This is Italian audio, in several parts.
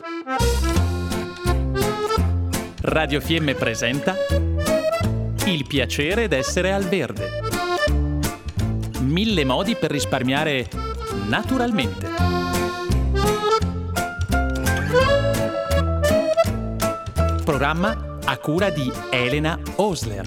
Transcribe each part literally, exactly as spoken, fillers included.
Radio Fiemme presenta Il piacere d'essere al verde. Mille modi per risparmiare naturalmente. Programma a cura di Elena Osler.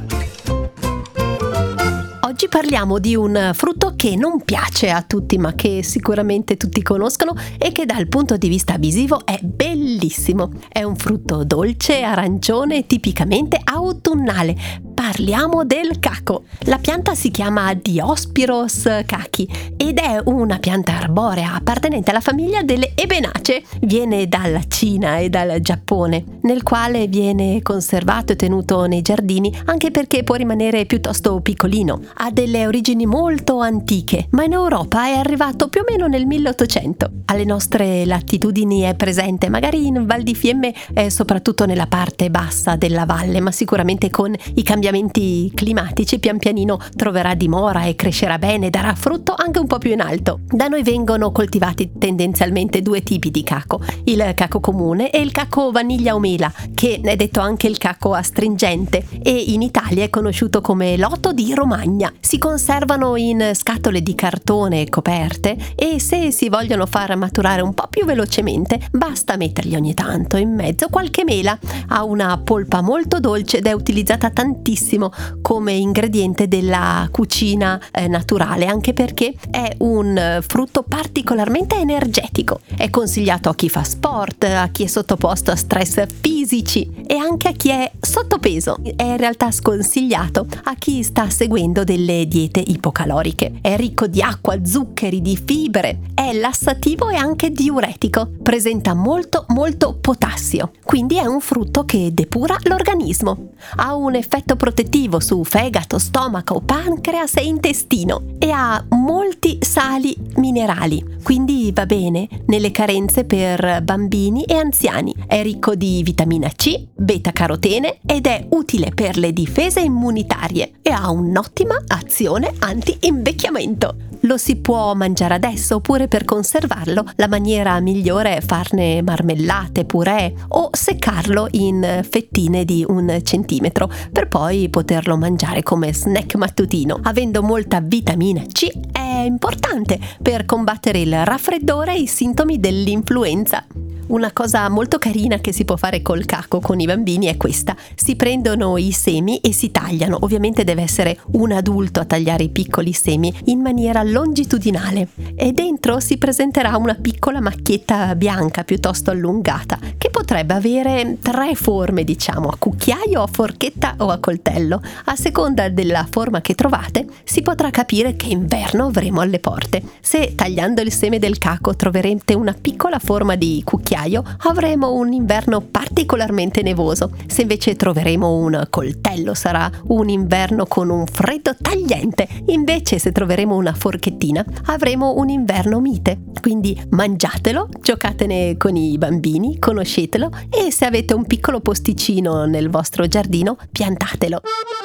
Oggi parliamo di un frutto che non piace a tutti, ma che sicuramente tutti conoscono e che dal punto di vista visivo è bellissimo. È un frutto dolce, arancione, tipicamente autunnale. Parliamo del caco. La pianta si chiama Diospyros cachi ed è una pianta arborea appartenente alla famiglia delle ebenacee. Viene dalla Cina e dal Giappone, nel quale viene conservato e tenuto nei giardini anche perché può rimanere piuttosto piccolino. Ha delle origini molto antiche, ma in Europa è arrivato più o meno nel milleottocento. Alle nostre latitudini è presente magari in Val di Fiemme e soprattutto nella parte bassa della valle, ma sicuramente con i cambiamenti climatici pian pianino troverà dimora e crescerà bene, darà frutto anche un po' più in alto. Da noi vengono coltivati tendenzialmente due tipi di caco, il caco comune e il caco vaniglia o mela, che è detto anche il caco astringente e in Italia è conosciuto come loto di Romagna. Si conservano in scatole di cartone coperte e se si vogliono far maturare un po' più velocemente basta mettergli ogni tanto in mezzo qualche mela. Ha una polpa molto dolce ed è utilizzata tantissimo come ingrediente della cucina eh, naturale, anche perché è un frutto particolarmente energetico. È consigliato a chi fa sport, a chi è sottoposto a stress fisici e anche a chi è sottopeso. È in realtà sconsigliato a chi sta seguendo delle diete ipocaloriche. È ricco di acqua, zuccheri, di fibre, è lassativo e anche diuretico. Presenta molto molto potassio, quindi è un frutto che depura l'organismo. Ha un effetto protettivo su fegato, stomaco, pancreas e intestino e ha molti sali minerali, quindi va bene nelle carenze per bambini e anziani. È ricco di vitamina C, beta-carotene ed è utile per le difese immunitarie e ha un'ottima azione anti-invecchiamento. Lo si può mangiare adesso oppure per conservarlo la maniera migliore è farne marmellate, purè o seccarlo in fettine di un centimetro per poi poterlo mangiare come snack mattutino. Avendo molta vitamina C è importante per combattere il raffreddore e i sintomi dell'influenza. Una cosa molto carina che si può fare col caco con i bambini è questa: si prendono i semi e si tagliano. Ovviamente deve essere un adulto a tagliare i piccoli semi in maniera longitudinale e dentro si presenterà una piccola macchietta bianca piuttosto allungata che potrebbe avere tre forme, diciamo, a cucchiaio, a forchetta o a coltello. A seconda della forma che trovate si potrà capire che inverno avremo alle porte. Se tagliando il seme del caco troverete una piccola forma di cucchiaio, avremo un inverno particolarmente nevoso. Se invece troveremo un coltello sarà un inverno con un freddo tagliente. Invece se troveremo una forchettina avremo un inverno mite. Quindi mangiatelo, giocatene con i bambini, conoscetelo e se avete un piccolo posticino nel vostro giardino piantatelo.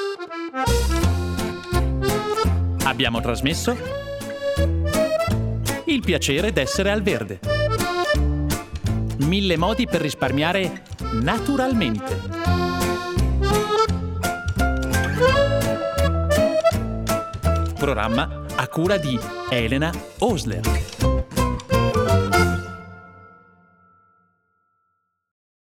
Abbiamo trasmesso Il piacere d'essere al verde. Mille modi per risparmiare naturalmente. Programma a cura di Elena Osler.